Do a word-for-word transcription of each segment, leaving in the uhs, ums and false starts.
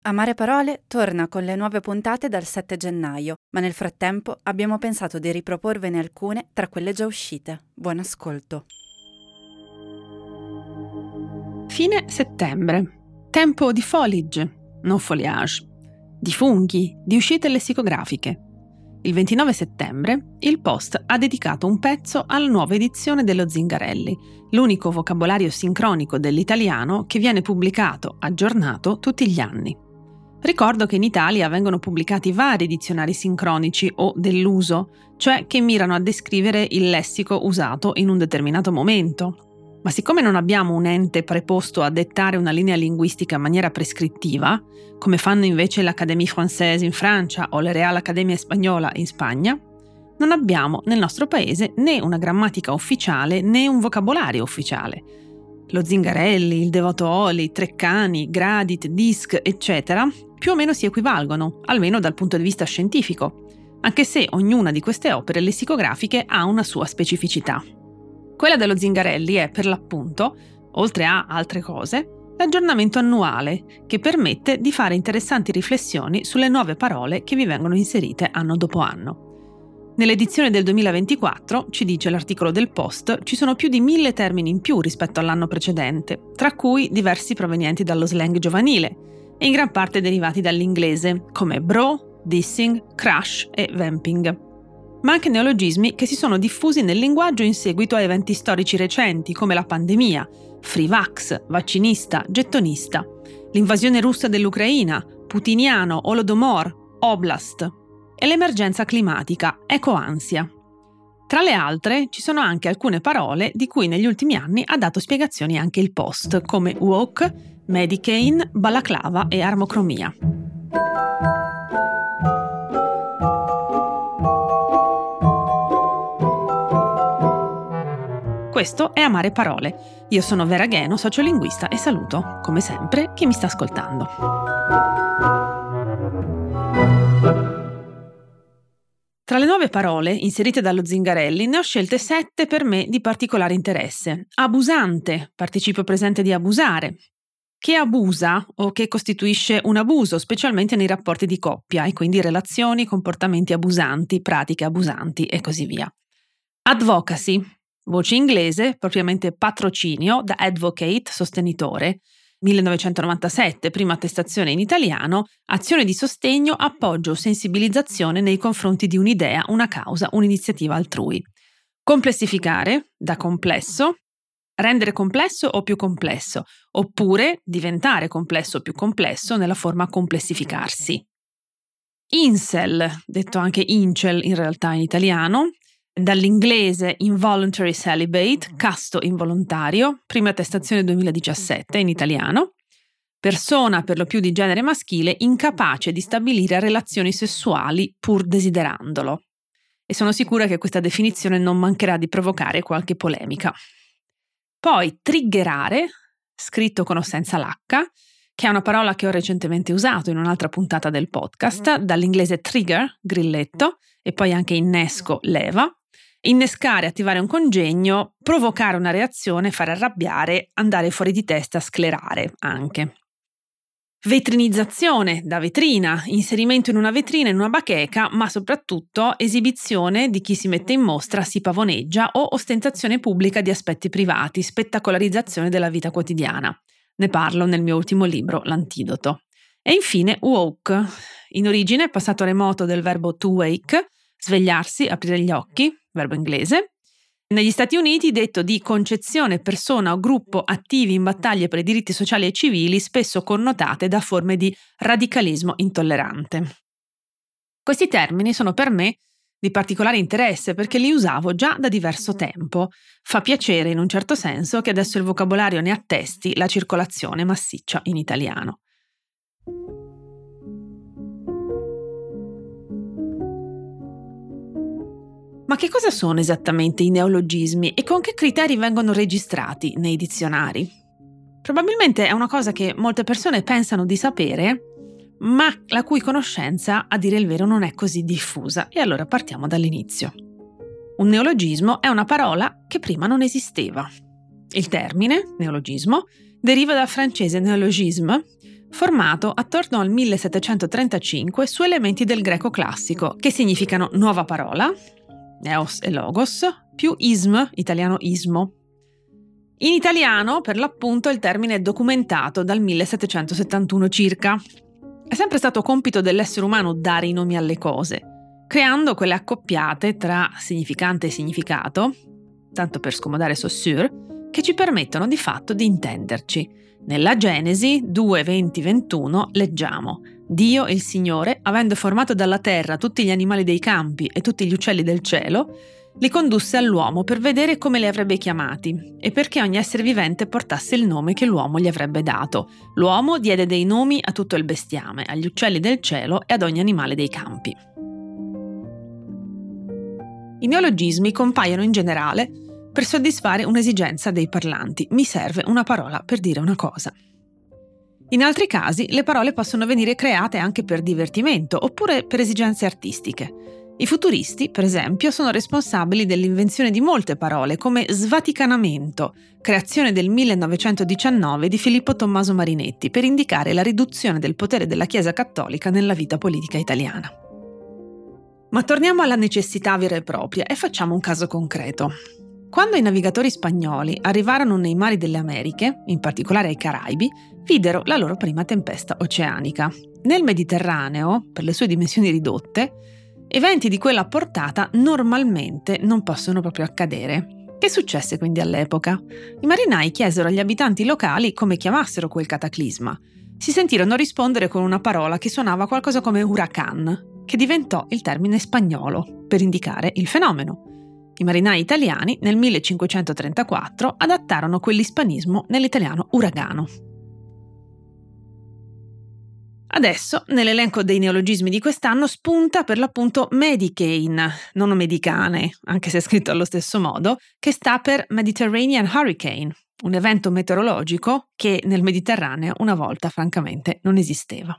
Amare Parole torna con le nuove puntate dal sette gennaio, ma nel frattempo abbiamo pensato di riproporvene alcune tra quelle già uscite. Buon ascolto. Fine settembre. Tempo di foliage, non foliage, di funghi, di uscite lessicografiche. Il ventinove settembre il Post ha dedicato un pezzo alla nuova edizione dello Zingarelli, l'unico vocabolario sincronico dell'italiano che viene pubblicato, aggiornato, tutti gli anni. Ricordo che in Italia vengono pubblicati vari dizionari sincronici o dell'uso, cioè che mirano a descrivere il lessico usato in un determinato momento. Ma siccome non abbiamo un ente preposto a dettare una linea linguistica in maniera prescrittiva, come fanno invece l'Académie Française in Francia o la Real Accademia Spagnola in Spagna, non abbiamo nel nostro paese né una grammatica ufficiale né un vocabolario ufficiale. Lo Zingarelli, il Devoto Oli, Treccani, Gradit, Disc, eccetera, più o meno si equivalgono, almeno dal punto di vista scientifico, anche se ognuna di queste opere lessicografiche ha una sua specificità. Quella dello Zingarelli è, per l'appunto, oltre a altre cose, l'aggiornamento annuale, che permette di fare interessanti riflessioni sulle nuove parole che vi vengono inserite anno dopo anno. Nell'edizione del duemilaventiquattro, ci dice l'articolo del Post, ci sono più di mille termini in più rispetto all'anno precedente, tra cui diversi provenienti dallo slang giovanile e in gran parte derivati dall'inglese, come bro, dissing, crush e vamping. Ma anche neologismi che si sono diffusi nel linguaggio in seguito a eventi storici recenti come la pandemia, free vax, vaccinista, gettonista, l'invasione russa dell'Ucraina, putiniano, Holodomor, oblast e l'emergenza climatica, ecoansia. Tra le altre ci sono anche alcune parole di cui negli ultimi anni ha dato spiegazioni anche il Post, come woke, Medicaine, balaclava e armocromia. Questo è Amare Parole. Io sono Vera Gheno, sociolinguista, e saluto, come sempre, chi mi sta ascoltando. Tra le nuove parole inserite dallo Zingarelli ne ho scelte sette per me di particolare interesse. Abusante, participio presente di abusare, che abusa o che costituisce un abuso, specialmente nei rapporti di coppia e quindi relazioni, comportamenti abusanti, pratiche abusanti e così via. Advocacy, voce inglese, propriamente patrocinio, da advocate, sostenitore, millenovecentonovantasette, prima attestazione in italiano, azione di sostegno, appoggio o sensibilizzazione nei confronti di un'idea, una causa, un'iniziativa altrui. Complessificare, da complesso, rendere complesso o più complesso, oppure diventare complesso o più complesso nella forma complessificarsi. Incel, detto anche incel in realtà in italiano, dall'inglese involuntary celibate, casto involontario, prima attestazione duemiladiciassette in italiano, persona per lo più di genere maschile incapace di stabilire relazioni sessuali pur desiderandolo. E sono sicura che questa definizione non mancherà di provocare qualche polemica. Poi triggerare, scritto con o senza l'H, che è una parola che ho recentemente usato in un'altra puntata del podcast, dall'inglese trigger, grilletto, e poi anche innesco, leva. Innescare, attivare un congegno, provocare una reazione, fare arrabbiare, andare fuori di testa, sclerare anche. Vetrinizzazione, da vetrina, inserimento in una vetrina, in una bacheca, ma soprattutto esibizione di chi si mette in mostra, si pavoneggia, o ostentazione pubblica di aspetti privati, spettacolarizzazione della vita quotidiana. Ne parlo nel mio ultimo libro, L'Antidoto. E infine woke, in origine passato remoto del verbo to wake, svegliarsi, aprire gli occhi, verbo inglese. Negli Stati Uniti detto di concezione, persona o gruppo attivi in battaglie per i diritti sociali e civili, spesso connotate da forme di radicalismo intollerante. Questi termini sono per me di particolare interesse perché li usavo già da diverso tempo. Fa piacere in un certo senso che adesso il vocabolario ne attesti la circolazione massiccia in italiano. Ma che cosa sono esattamente i neologismi e con che criteri vengono registrati nei dizionari? Probabilmente è una cosa che molte persone pensano di sapere, ma la cui conoscenza, a dire il vero, non è così diffusa. E allora partiamo dall'inizio. Un neologismo è una parola che prima non esisteva. Il termine, neologismo, deriva dal francese néologisme, formato attorno al millesettecentotrentacinque su elementi del greco classico, che significano nuova parola, neos e logos, più ism, italiano ismo. In italiano, per l'appunto, il termine è documentato dal millesettecentosettantuno circa. È sempre stato compito dell'essere umano dare i nomi alle cose, creando quelle accoppiate tra significante e significato, tanto per scomodare Saussure, che ci permettono di fatto di intenderci. Nella Genesi due venti ventuno leggiamo: Dio, il Signore, avendo formato dalla terra tutti gli animali dei campi e tutti gli uccelli del cielo, li condusse all'uomo per vedere come li avrebbe chiamati e perché ogni essere vivente portasse il nome che l'uomo gli avrebbe dato. L'uomo diede dei nomi a tutto il bestiame, agli uccelli del cielo e ad ogni animale dei campi. I neologismi compaiono in generale per soddisfare un'esigenza dei parlanti. Mi serve una parola per dire una cosa. In altri casi, le parole possono venire create anche per divertimento oppure per esigenze artistiche. I futuristi, per esempio, sono responsabili dell'invenzione di molte parole, come svaticanamento, creazione del millenovecentodiciannove di Filippo Tommaso Marinetti, per indicare la riduzione del potere della Chiesa cattolica nella vita politica italiana. Ma torniamo alla necessità vera e propria e facciamo un caso concreto. Quando i navigatori spagnoli arrivarono nei mari delle Americhe, in particolare ai Caraibi, videro la loro prima tempesta oceanica. Nel Mediterraneo, per le sue dimensioni ridotte, eventi di quella portata normalmente non possono proprio accadere. Che successe quindi all'epoca? I marinai chiesero agli abitanti locali come chiamassero quel cataclisma. Si sentirono rispondere con una parola che suonava qualcosa come huracan, che diventò il termine spagnolo per indicare il fenomeno. I marinai italiani nel millecinquecentotrentaquattro adattarono quell'ispanismo nell'italiano uragano. Adesso, nell'elenco dei neologismi di quest'anno, spunta per l'appunto Medicane, non Medicane, anche se è scritto allo stesso modo, che sta per Mediterranean Hurricane, un evento meteorologico che nel Mediterraneo una volta francamente non esisteva.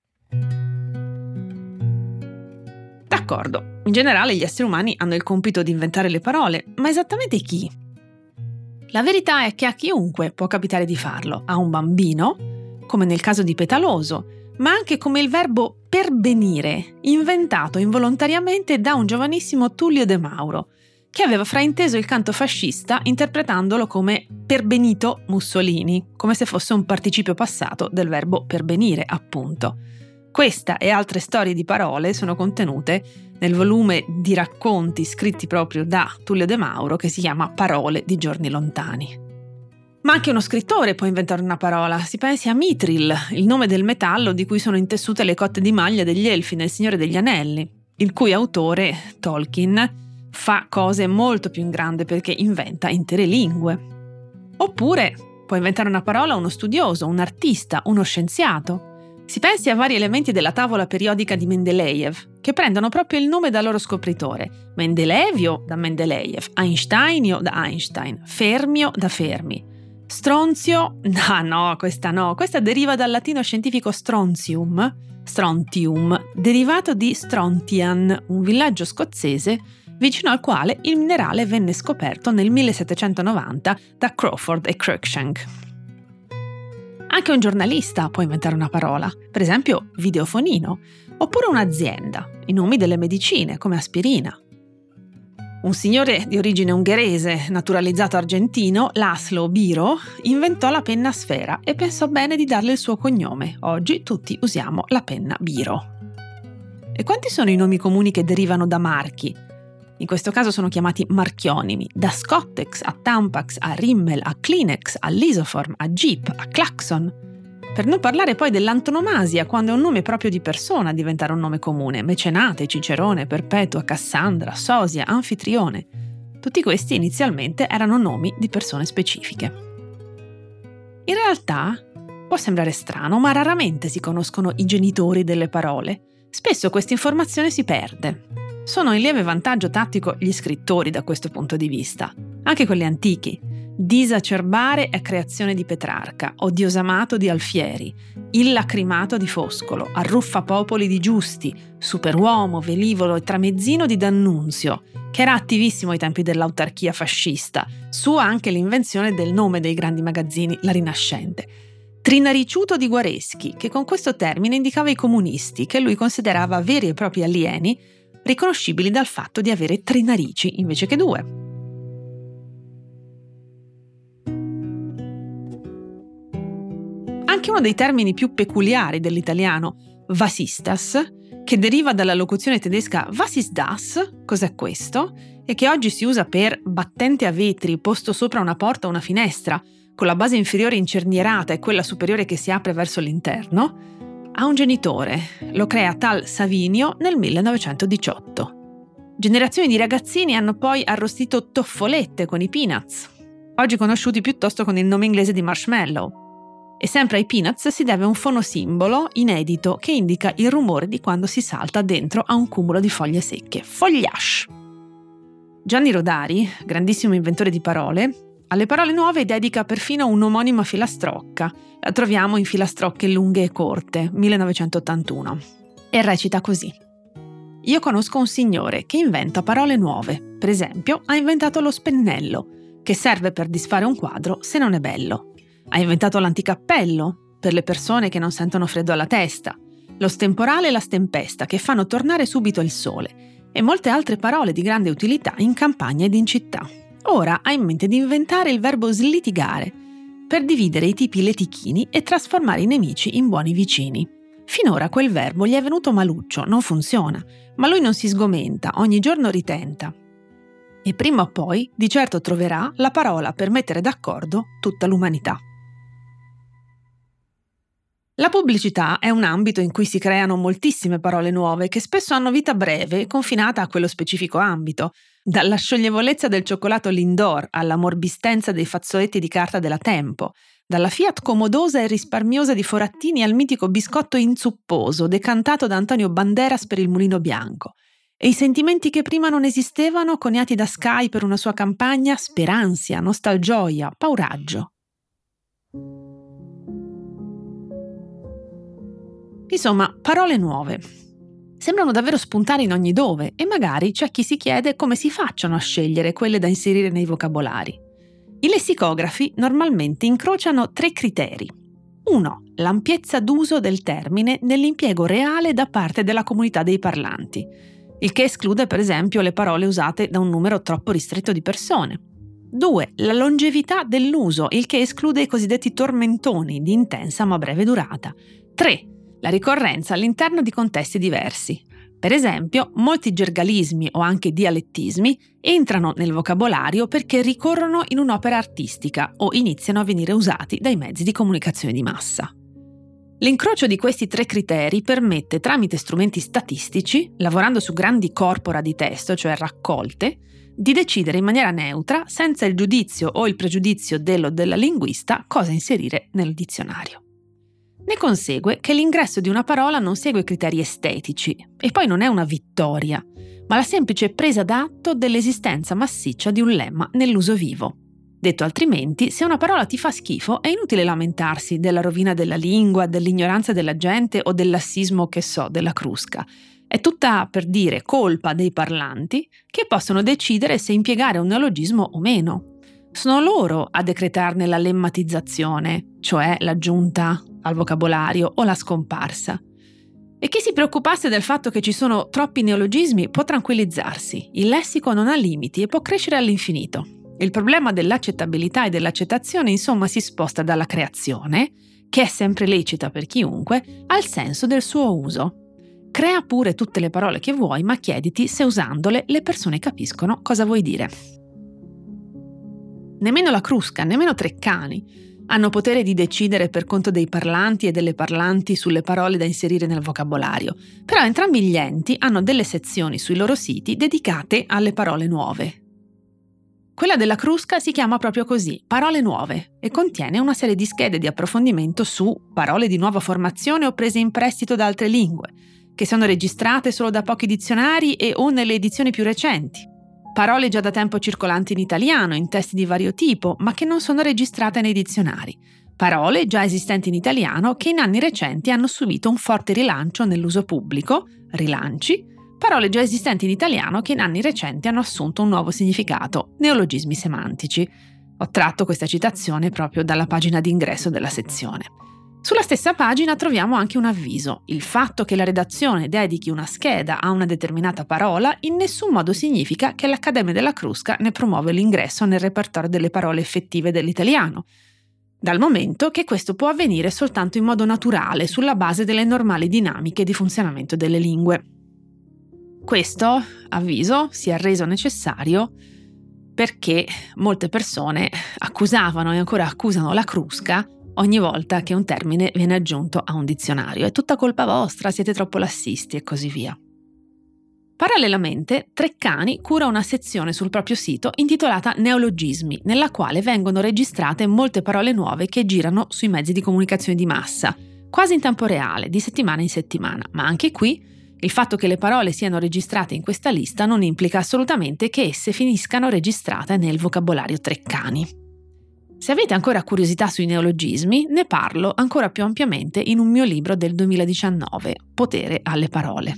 D'accordo, in generale gli esseri umani hanno il compito di inventare le parole, ma esattamente chi? La verità è che a chiunque può capitare di farlo, a un bambino, come nel caso di Petaloso, ma anche come il verbo perbenire, inventato involontariamente da un giovanissimo Tullio De Mauro, che aveva frainteso il canto fascista interpretandolo come perbenito Mussolini, come se fosse un participio passato del verbo perbenire, appunto. Questa e altre storie di parole sono contenute nel volume di racconti scritti proprio da Tullio De Mauro che si chiama Parole di giorni lontani. Ma anche uno scrittore può inventare una parola. Si pensi a Mithril, il nome del metallo di cui sono intessute le cotte di maglia degli Elfi nel Signore degli Anelli, il cui autore, Tolkien, fa cose molto più in grande perché inventa intere lingue. Oppure può inventare una parola uno studioso, un artista, uno scienziato. Si pensi a vari elementi della tavola periodica di Mendeleev, che prendono proprio il nome dal loro scopritore. Mendelevio da Mendeleev, Einsteinio da Einstein, Fermio da Fermi. Stronzio, no, no, questa no, questa deriva dal latino scientifico strontium, strontium, derivato di Strontian, un villaggio scozzese vicino al quale il minerale venne scoperto nel millesettecentonovanta da Crawford e Cruikshank. Anche un giornalista può inventare una parola, per esempio videofonino, oppure un'azienda, i nomi delle medicine come aspirina. Un signore di origine ungherese, naturalizzato argentino, Laszlo Biro, inventò la penna a sfera e pensò bene di darle il suo cognome. Oggi tutti usiamo la penna Biro. E quanti sono i nomi comuni che derivano da marchi? In questo caso sono chiamati marchionimi, da Scottex a Tampax a Rimmel a Kleenex a Lisoform a Jeep a Klaxon. Per non parlare poi dell'antonomasia, quando è un nome proprio di persona a diventare un nome comune: Mecenate, Cicerone, Perpetua, Cassandra, Sosia, Anfitrione. Tutti questi inizialmente erano nomi di persone specifiche. In realtà può sembrare strano, ma raramente si conoscono i genitori delle parole. Spesso questa informazione si perde. Sono in lieve vantaggio tattico gli scrittori da questo punto di vista, anche quelli antichi. Disacerbare è creazione di Petrarca, Odiosamato di Alfieri, Il lacrimato di Foscolo, Arruffapopoli di Giusti, Superuomo, Velivolo e Tramezzino di D'Annunzio, che era attivissimo ai tempi dell'autarchia fascista, sua anche l'invenzione del nome dei grandi magazzini, La Rinascente. Trinariciuto di Guareschi, che con questo termine indicava i comunisti, che lui considerava veri e propri alieni, riconoscibili dal fatto di avere tre narici invece che due. Anche uno dei termini più peculiari dell'italiano, vasistas, che deriva dalla locuzione tedesca was ist das, cos'è questo, e che oggi si usa per battente a vetri posto sopra una porta o una finestra, con la base inferiore incernierata e quella superiore che si apre verso l'interno, ha un genitore. Lo crea tal Savinio nel millenovecentodiciotto. Generazioni di ragazzini hanno poi arrostito toffolette con i peanuts, oggi conosciuti piuttosto con il nome inglese di marshmallow. E sempre ai peanuts si deve un fonosimbolo inedito che indica il rumore di quando si salta dentro a un cumulo di foglie secche. Fogliage. Gianni Rodari, grandissimo inventore di parole, alle parole nuove dedica perfino un'omonima filastrocca. La troviamo in Filastrocche lunghe e corte, millenovecentottantuno. E recita così. Io conosco un signore che inventa parole nuove. Per esempio, ha inventato lo spennello, che serve per disfare un quadro se non è bello. Ha inventato l'anticappello, per le persone che non sentono freddo alla testa. Lo stemporale e la stempesta, che fanno tornare subito il sole. E molte altre parole di grande utilità in campagna ed in città. Ora ha in mente di inventare il verbo slitigare per dividere i tipi letichini e trasformare i nemici in buoni vicini. Finora quel verbo gli è venuto maluccio, non funziona, ma lui non si sgomenta, ogni giorno ritenta. E prima o poi di certo troverà la parola per mettere d'accordo tutta l'umanità. La pubblicità è un ambito in cui si creano moltissime parole nuove che spesso hanno vita breve, confinata a quello specifico ambito. Dalla scioglievolezza del cioccolato Lindor alla morbistenza dei fazzoletti di carta della Tempo, dalla Fiat comodosa e risparmiosa di Forattini al mitico biscotto inzupposo decantato da Antonio Banderas per il Mulino Bianco. E i sentimenti che prima non esistevano, coniati da Sky per una sua campagna, speranzia, nostalgioia, pauraggio. Insomma, parole nuove. Sembrano davvero spuntare in ogni dove e magari c'è chi si chiede come si facciano a scegliere quelle da inserire nei vocabolari. I lessicografi normalmente incrociano tre criteri. uno. L'ampiezza d'uso del termine nell'impiego reale da parte della comunità dei parlanti, il che esclude per esempio le parole usate da un numero troppo ristretto di persone. due. La longevità dell'uso, il che esclude i cosiddetti tormentoni di intensa ma breve durata. tre. La ricorrenza all'interno di contesti diversi. Per esempio, molti gergalismi o anche dialettismi entrano nel vocabolario perché ricorrono in un'opera artistica o iniziano a venire usati dai mezzi di comunicazione di massa. L'incrocio di questi tre criteri permette, tramite strumenti statistici, lavorando su grandi corpora di testo, cioè raccolte, di decidere in maniera neutra, senza il giudizio o il pregiudizio dello o della linguista, cosa inserire nel dizionario. Ne consegue che l'ingresso di una parola non segue criteri estetici e poi non è una vittoria, ma la semplice presa d'atto dell'esistenza massiccia di un lemma nell'uso vivo. Detto altrimenti, se una parola ti fa schifo è inutile lamentarsi della rovina della lingua, dell'ignoranza della gente o del lassismo, che so, della crusca. È tutta, per dire, colpa dei parlanti che possono decidere se impiegare un neologismo o meno. Sono loro a decretarne la lemmatizzazione, cioè l'aggiunta al vocabolario o la scomparsa. E chi si preoccupasse del fatto che ci sono troppi neologismi può tranquillizzarsi. Il lessico non ha limiti e può crescere all'infinito. Il problema dell'accettabilità e dell'accettazione, insomma, si sposta dalla creazione, che è sempre lecita per chiunque, al senso del suo uso. Crea pure tutte le parole che vuoi, ma chiediti se usandole le persone capiscono cosa vuoi dire. Nemmeno la crusca, nemmeno Treccani hanno potere di decidere per conto dei parlanti e delle parlanti sulle parole da inserire nel vocabolario, però entrambi gli enti hanno delle sezioni sui loro siti dedicate alle parole nuove. Quella della crusca si chiama proprio così, Parole Nuove, e contiene una serie di schede di approfondimento su parole di nuova formazione o prese in prestito da altre lingue, che sono registrate solo da pochi dizionari e o nelle edizioni più recenti. Parole già da tempo circolanti in italiano, in testi di vario tipo, ma che non sono registrate nei dizionari. Parole già esistenti in italiano che in anni recenti hanno subito un forte rilancio nell'uso pubblico, rilanci, parole già esistenti in italiano che in anni recenti hanno assunto un nuovo significato, neologismi semantici. Ho tratto questa citazione proprio dalla pagina d'ingresso della sezione. Sulla stessa pagina troviamo anche un avviso. Il fatto che la redazione dedichi una scheda a una determinata parola in nessun modo significa che l'Accademia della Crusca ne promuove l'ingresso nel repertorio delle parole effettive dell'italiano, dal momento che questo può avvenire soltanto in modo naturale, sulla base delle normali dinamiche di funzionamento delle lingue. Questo avviso si è reso necessario perché molte persone accusavano e ancora accusano la Crusca ogni volta che un termine viene aggiunto a un dizionario. È tutta colpa vostra, siete troppo lassisti e così via. Parallelamente, Treccani cura una sezione sul proprio sito intitolata Neologismi, nella quale vengono registrate molte parole nuove che girano sui mezzi di comunicazione di massa, quasi in tempo reale, di settimana in settimana. Ma anche qui, il fatto che le parole siano registrate in questa lista non implica assolutamente che esse finiscano registrate nel vocabolario Treccani. Se avete ancora curiosità sui neologismi, ne parlo ancora più ampiamente in un mio libro del duemiladiciannove, Potere alle parole.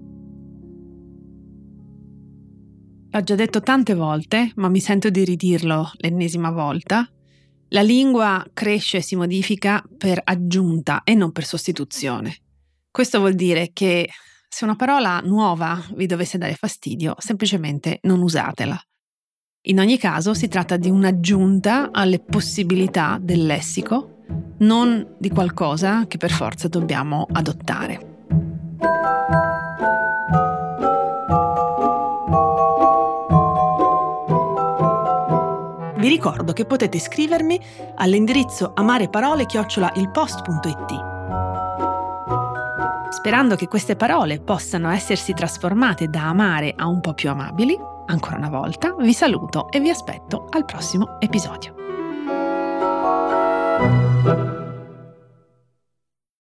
L'ho già detto tante volte, ma mi sento di ridirlo l'ennesima volta. La lingua cresce e si modifica per aggiunta e non per sostituzione. Questo vuol dire che se una parola nuova vi dovesse dare fastidio, semplicemente non usatela. In ogni caso si tratta di un'aggiunta alle possibilità del lessico, non di qualcosa che per forza dobbiamo adottare. Vi ricordo che potete scrivermi all'indirizzo amareparole chiocciola ilpost punto it. Sperando che queste parole possano essersi trasformate da amare a un po' più amabili, ancora una volta vi saluto e vi aspetto al prossimo episodio.